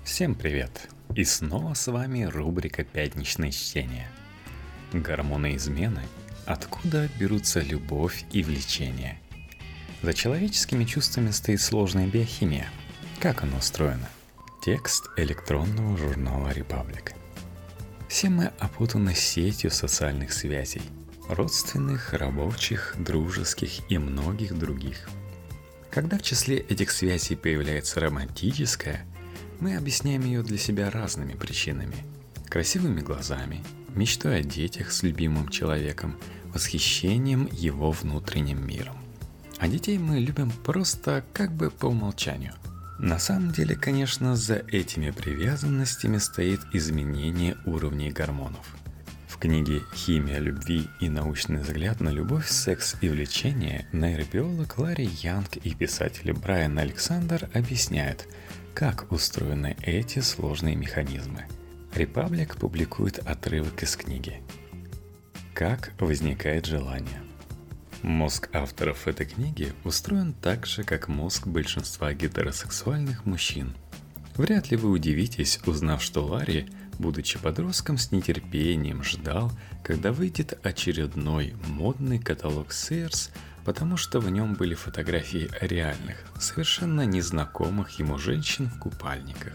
Всем привет! И снова с вами рубрика «Пятничные чтения». Гормоны измены. Откуда берутся любовь и влечение? За человеческими чувствами стоит сложная биохимия. Как она устроена? Текст электронного журнала «Репаблик». Все мы опутаны сетью социальных связей. Родственных, рабочих, дружеских и многих других. Когда в числе этих связей появляется романтическая, мы объясняем ее для себя разными причинами. Красивыми глазами, мечтой о детях с любимым человеком, восхищением его внутренним миром. А детей мы любим просто как бы по умолчанию. На самом деле, конечно, за этими привязанностями стоит изменение уровней гормонов. В книге «Химия любви и научный взгляд на любовь, секс и влечение» нейробиолог Ларри Янг и писатель Брайан Александр объясняют, как устроены эти сложные механизмы. Репаблик публикует отрывок из книги. Как возникает желание? Мозг авторов этой книги устроен так же, как мозг большинства гетеросексуальных мужчин. Вряд ли вы удивитесь, узнав, что Ларри, будучи подростком, с нетерпением ждал, когда выйдет очередной модный каталог Sears, потому что в нем были фотографии реальных, совершенно незнакомых ему женщин в купальниках.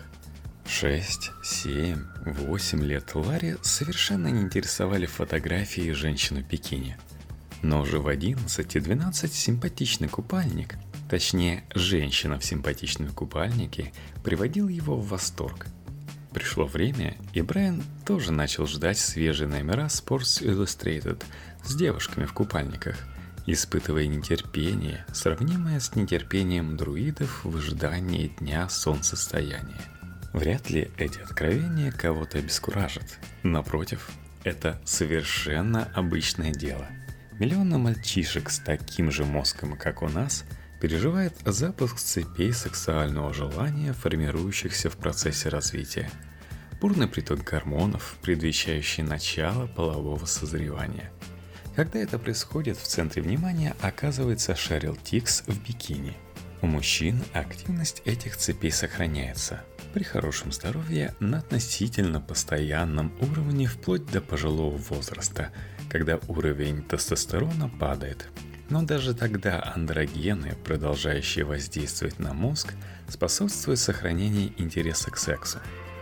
6, 7, 8 лет Ларри совершенно не интересовали фотографии женщин в бикини. Но уже в 11 и 12 симпатичный купальник, точнее женщина в симпатичном купальнике, приводил его в восторг. Пришло время, и Брайан тоже начал ждать свежие номера Sports Illustrated с девушками в купальниках, испытывая нетерпение, сравнимое с нетерпением друидов в ожидании дня солнцестояния. Вряд ли эти откровения кого-то обескуражат. Напротив, это совершенно обычное дело. Миллионы мальчишек с таким же мозгом, как у нас, переживает запуск цепей сексуального желания, формирующихся в процессе развития. Бурный приток гормонов, предвещающий начало полового созревания. Когда это происходит, в центре внимания оказывается Шерил Тикс в бикини. У мужчин активность этих цепей сохраняется при хорошем здоровье на относительно постоянном уровне вплоть до пожилого возраста, когда уровень тестостерона падает. Но даже тогда андрогены, продолжающие воздействовать на мозг, способствуют сохранению интереса к сексу.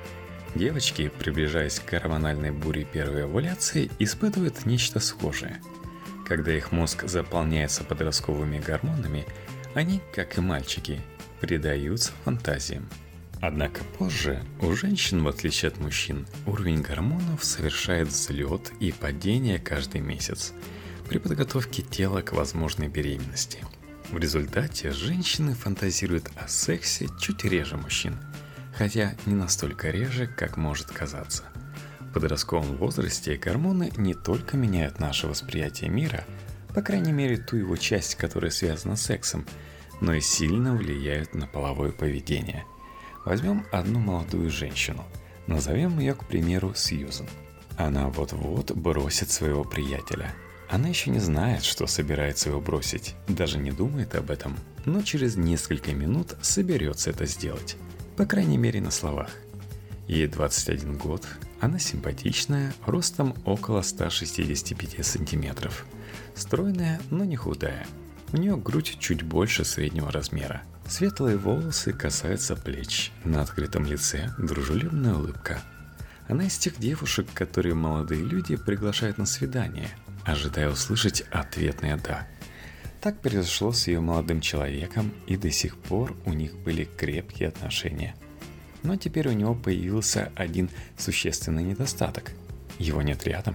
Девочки, приближаясь к гормональной буре первой овуляции, испытывают нечто схожее. Когда их мозг заполняется подростковыми гормонами, они, как и мальчики, предаются фантазиям. Однако позже у женщин, в отличие от мужчин, уровень гормонов совершает взлет и падение каждый месяц при подготовке тела к возможной беременности. В результате женщины фантазируют о сексе чуть реже мужчин, хотя не настолько реже, как может казаться. В подростковом возрасте гормоны не только меняют наше восприятие мира, по крайней мере ту его часть, которая связана с сексом, но и сильно влияют на половое поведение. Возьмем одну молодую женщину. Назовем ее, к примеру, Сьюзен. Она вот-вот бросит своего приятеля. Она еще не знает, что собирается его бросить, даже не думает об этом, но через несколько минут соберется это сделать. По крайней мере, на словах. Ей 21 год, она симпатичная, ростом около 165 сантиметров. Стройная, но не худая. У нее грудь чуть больше среднего размера. Светлые волосы касаются плеч, на открытом лице дружелюбная улыбка. Она из тех девушек, которые молодые люди приглашают на свидание, ожидая услышать ответное «да». Так произошло с ее молодым человеком, и до сих пор у них были крепкие отношения. Но теперь у него появился один существенный недостаток. Его нет рядом.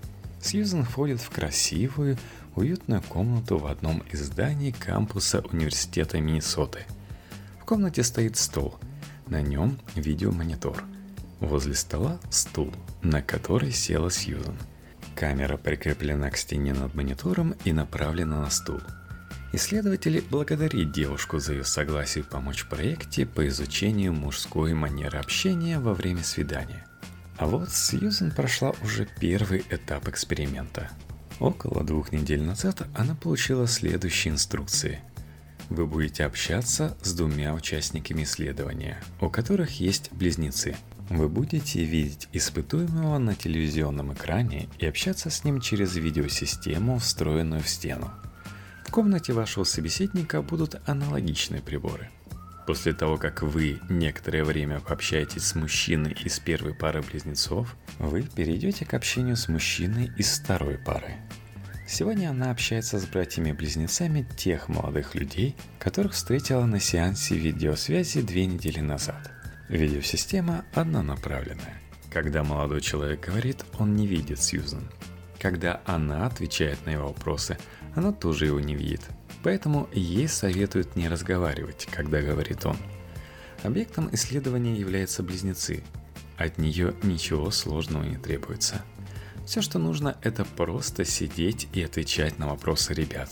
Сьюзен входит в красивую, уютную комнату в одном из зданий кампуса университета Миннесоты. В комнате стоит стол. На нем видеомонитор. Возле стола стул, на который села Сьюзен. Камера прикреплена к стене над монитором и направлена на стул. Исследователь благодарит девушку за ее согласие помочь в проекте по изучению мужской манеры общения во время свидания. А вот Сьюзен прошла уже первый этап эксперимента. Около 2 недель назад она получила следующие инструкции. Вы будете общаться с двумя участниками исследования, у которых есть близнецы. Вы будете видеть испытуемого на телевизионном экране и общаться с ним через видеосистему, встроенную в стену. В комнате вашего собеседника будут аналогичные приборы. После того, как вы некоторое время пообщаетесь с мужчиной из первой пары близнецов, вы перейдете к общению с мужчиной из второй пары. Сегодня она общается с братьями-близнецами тех молодых людей, которых встретила на сеансе видеосвязи 2 недели назад. Видеосистема однонаправленная. Когда молодой человек говорит, он не видит Сьюзан. Когда она отвечает на его вопросы, она тоже его не видит. Поэтому ей советуют не разговаривать, когда говорит он. Объектом исследования являются близнецы. От нее ничего сложного не требуется. Все, что нужно, это просто сидеть и отвечать на вопросы ребят.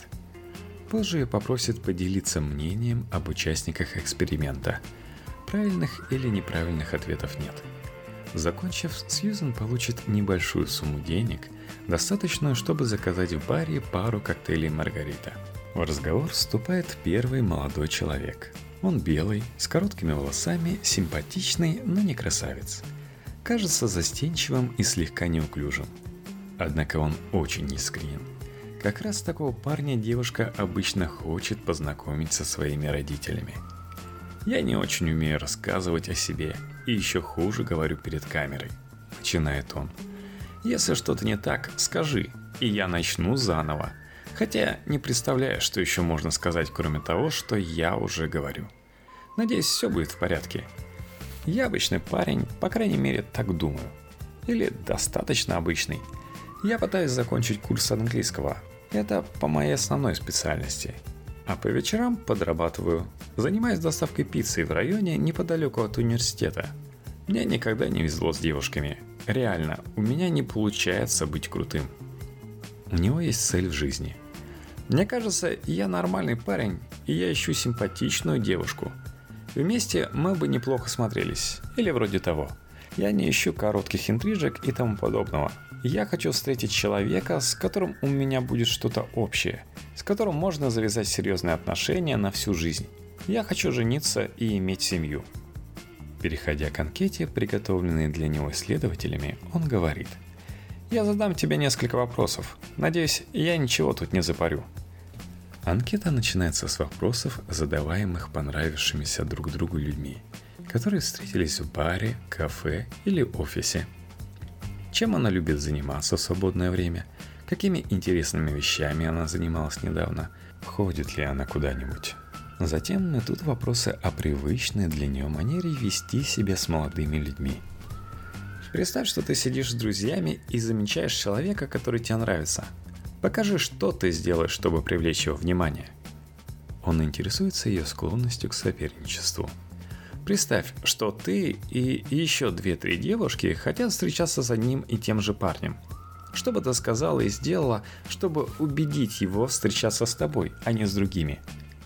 Позже ее попросят поделиться мнением об участниках эксперимента. Правильных или неправильных ответов нет. Закончив, Сьюзан получит небольшую сумму денег, достаточную, чтобы заказать в баре пару коктейлей «Маргарита». В разговор вступает первый молодой человек. Он белый, с короткими волосами, симпатичный, но не красавец. Кажется застенчивым и слегка неуклюжим. Однако он очень искренен. Как раз такого парня девушка обычно хочет познакомить со своими родителями. «Я не очень умею рассказывать о себе, и еще хуже говорю перед камерой», — начинает он. «Если что-то не так, скажи, и я начну заново. Хотя не представляю, что еще можно сказать, кроме того, что я уже говорю. Надеюсь, все будет в порядке. Я обычный парень, по крайней мере, так думаю. Или достаточно обычный. Я пытаюсь закончить курс английского. Это по моей основной специальности. А по вечерам подрабатываю. Занимаюсь доставкой пиццы в районе неподалеку от университета. Мне никогда не везло с девушками. Реально, у меня не получается быть крутым. У него есть цель в жизни. Мне кажется, я нормальный парень, и я ищу симпатичную девушку. Вместе мы бы неплохо смотрелись, или вроде того. Я не ищу коротких интрижек и тому подобного. Я хочу встретить человека, с которым у меня будет что-то общее, с которым можно завязать серьезные отношения на всю жизнь. Я хочу жениться и иметь семью. Переходя к анкете, приготовленной для него исследователями, он говорит: «Я задам тебе несколько вопросов. Надеюсь, я ничего тут не запарю». Анкета начинается с вопросов, задаваемых понравившимися друг другу людьми, которые встретились в баре, кафе или офисе. Чем она любит заниматься в свободное время? Какими интересными вещами она занималась недавно? Ходит ли она куда-нибудь? Затем идут вопросы о привычной для нее манере вести себя с молодыми людьми. Представь, что ты сидишь с друзьями и замечаешь человека, который тебе нравится. Покажи, что ты сделаешь, чтобы привлечь его внимание. Он интересуется ее склонностью к соперничеству. Представь, что ты и еще 2-3 девушки хотят встречаться с одним и тем же парнем. Что бы ты сказала и сделала, чтобы убедить его встречаться с тобой, а не с другими?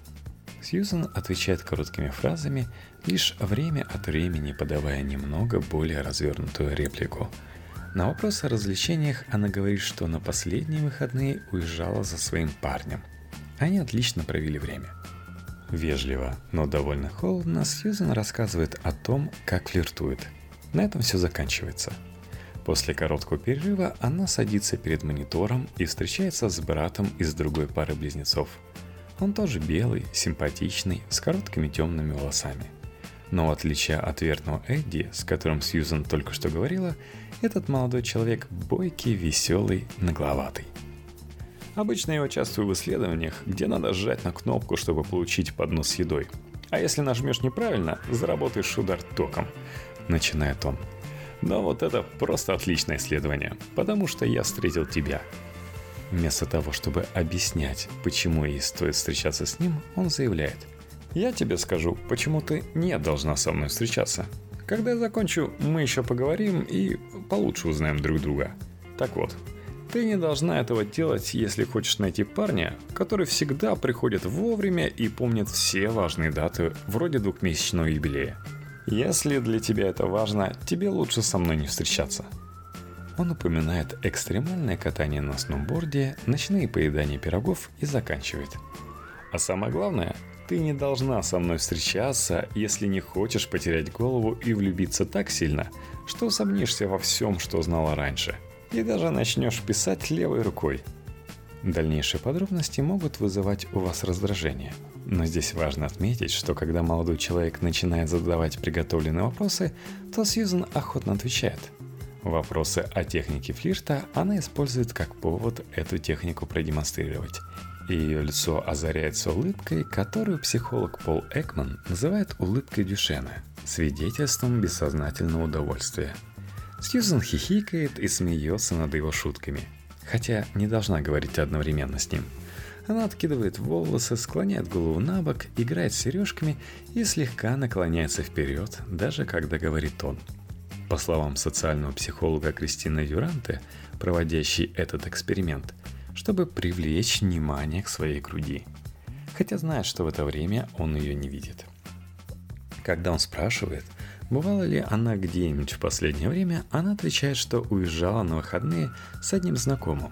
Сьюзан отвечает короткими фразами, лишь время от времени подавая немного более развернутую реплику. На вопрос о развлечениях она говорит, что на последние выходные уезжала за своим парнем. Они отлично провели время. Вежливо, но довольно холодно Сьюзан рассказывает о том, как флиртует. На этом все заканчивается. После короткого перерыва она садится перед монитором и встречается с братом из другой пары близнецов. Он тоже белый, симпатичный, с короткими темными волосами. Но в отличие от верного Эдди, с которым Сьюзан только что говорила, этот молодой человек бойкий, веселый, нагловатый. Обычно я участвую в исследованиях, где надо сжать на кнопку, чтобы получить поднос с едой. А если нажмешь неправильно, заработаешь удар током, начинает он. Но вот это просто отличное исследование, потому что я встретил тебя. Вместо того, чтобы объяснять, почему ей стоит встречаться с ним, он заявляет: «Я тебе скажу, почему ты не должна со мной встречаться. Когда я закончу, мы еще поговорим и получше узнаем друг друга. Так вот, ты не должна этого делать, если хочешь найти парня, который всегда приходит вовремя и помнит все важные даты, вроде 2-месячного юбилея. Если для тебя это важно, тебе лучше со мной не встречаться». Он упоминает экстремальное катание на сноуборде, ночные поедания пирогов и заканчивает: «А самое главное, Ты не должна со мной встречаться, если не хочешь потерять голову и влюбиться так сильно, что усомнишься во всем, что знала раньше, и даже начнешь писать левой рукой. Дальнейшие подробности могут вызывать у вас раздражение. Но здесь важно отметить, что когда молодой человек начинает задавать приготовленные вопросы, то Сьюзан охотно отвечает. Вопросы о технике флирта она использует как повод эту технику продемонстрировать. И ее лицо озаряется улыбкой, которую психолог Пол Экман называет улыбкой Дюшена, свидетельством бессознательного удовольствия. Сьюзан хихикает и смеется над его шутками, хотя не должна говорить одновременно с ним. Она откидывает волосы, склоняет голову на бок, играет с сережками и слегка наклоняется вперед, даже когда говорит он. По словам социального психолога Кристины Дюранте, проводящей этот эксперимент, чтобы привлечь внимание к своей груди, хотя знает, что в это время он ее не видит. Когда он спрашивает, бывала ли она где-нибудь в последнее время, она отвечает, что уезжала на выходные с одним знакомым.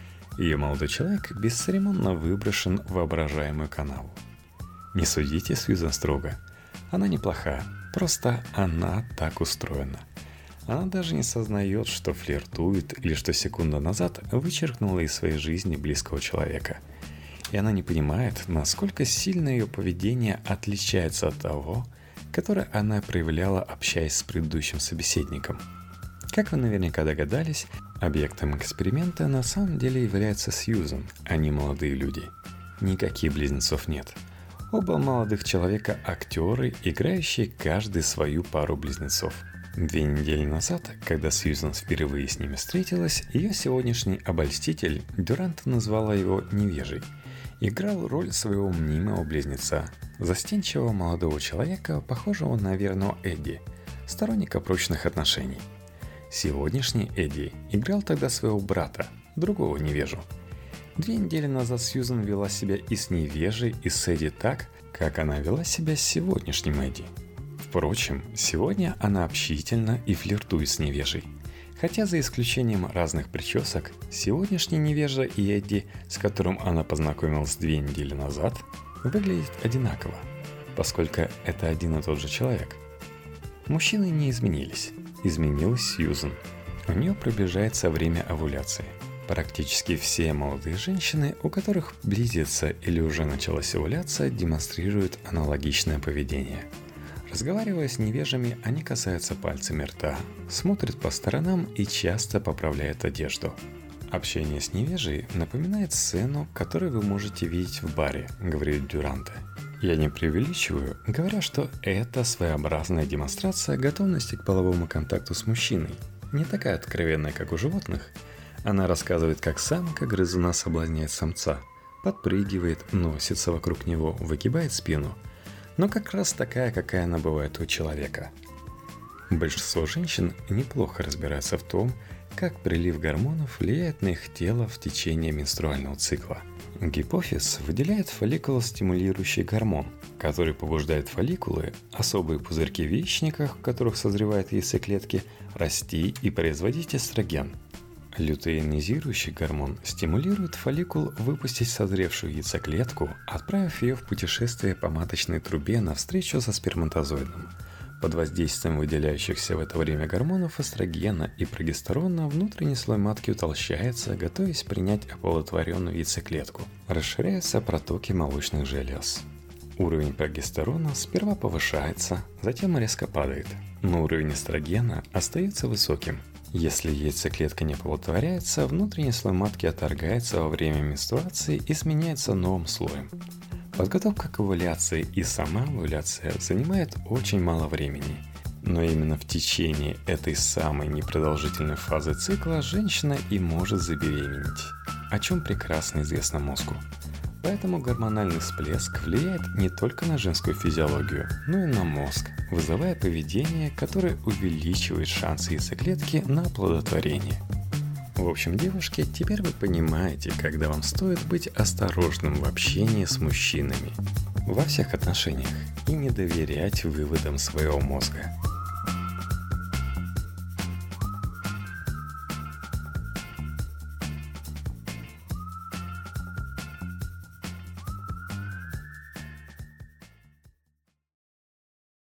Ее молодой человек бесцеремонно выброшен в воображаемую канаву. Не судите Сьюзан строго. Она неплоха, просто она так устроена. Она даже не сознает, что флиртует или что секунду назад вычеркнула из своей жизни близкого человека. И она не понимает, насколько сильно ее поведение отличается от того, которое она проявляла, общаясь с предыдущим собеседником. Как вы наверняка догадались, объектом эксперимента на самом деле является Сьюзан, а не молодые люди. Никаких близнецов нет. Оба молодых человека – актеры, играющие каждый свою пару близнецов. 2 недели назад, когда Сьюзан впервые с ними встретилась, ее сегодняшний обольститель, Дюранте назвала его невежей, играл роль своего мнимого близнеца, застенчивого молодого человека, похожего на верного Эдди, сторонника прочных отношений. Сегодняшний Эдди играл тогда своего брата, другого невежу. 2 недели назад Сьюзан вела себя и с невежей, и с Эдди так, как она вела себя с сегодняшним Эдди. Впрочем, сегодня она общительна и флиртует с невежей. Хотя за исключением разных причесок, сегодняшний невежа и Эдди, с которым она познакомилась 2 недели назад, выглядят одинаково, поскольку это один и тот же человек. Мужчины не изменились. Изменилась Сьюзан. У нее приближается время овуляции. Практически все молодые женщины, у которых близится или уже началась овуляция, демонстрируют аналогичное поведение. Разговаривая с невежами, они касаются пальцами рта, смотрят по сторонам и часто поправляют одежду. Общение с невежей напоминает сцену, которую вы можете видеть в баре, говорит Дюранте. Я не преувеличиваю, говоря, что это своеобразная демонстрация готовности к половому контакту с мужчиной, не такая откровенная, как у животных. Она рассказывает, как самка грызуна соблазняет самца, подпрыгивает, носится вокруг него, выгибает спину, но как раз такая, какая она бывает у человека. Большинство женщин неплохо разбираются в том, как прилив гормонов влияет на их тело в течение менструального цикла. Гипофиз выделяет фолликулостимулирующий гормон, который побуждает фолликулы, особые пузырьки в яичниках, в которых созревают яйцеклетки, расти и производить эстроген. Лютеинизирующий гормон стимулирует фолликул выпустить созревшую яйцеклетку, отправив ее в путешествие по маточной трубе навстречу со сперматозоидом. Под воздействием выделяющихся в это время гормонов эстрогена и прогестерона внутренний слой матки утолщается, готовясь принять оплодотворенную яйцеклетку. Расширяются протоки молочных желез. Уровень прогестерона сперва повышается, затем резко падает, но уровень эстрогена остается высоким. Если яйцеклетка не оплодотворяется, внутренний слой матки отторгается во время менструации и сменяется новым слоем. Подготовка к овуляции и сама овуляция занимает очень мало времени. Но именно в течение этой самой непродолжительной фазы цикла женщина и может забеременеть, о чем прекрасно известно мозгу. Поэтому гормональный всплеск влияет не только на женскую физиологию, но и на мозг, вызывая поведение, которое увеличивает шансы яйцеклетки на оплодотворение. В общем, девушки, теперь вы понимаете, когда вам стоит быть осторожным в общении с мужчинами во всех отношениях и не доверять выводам своего мозга.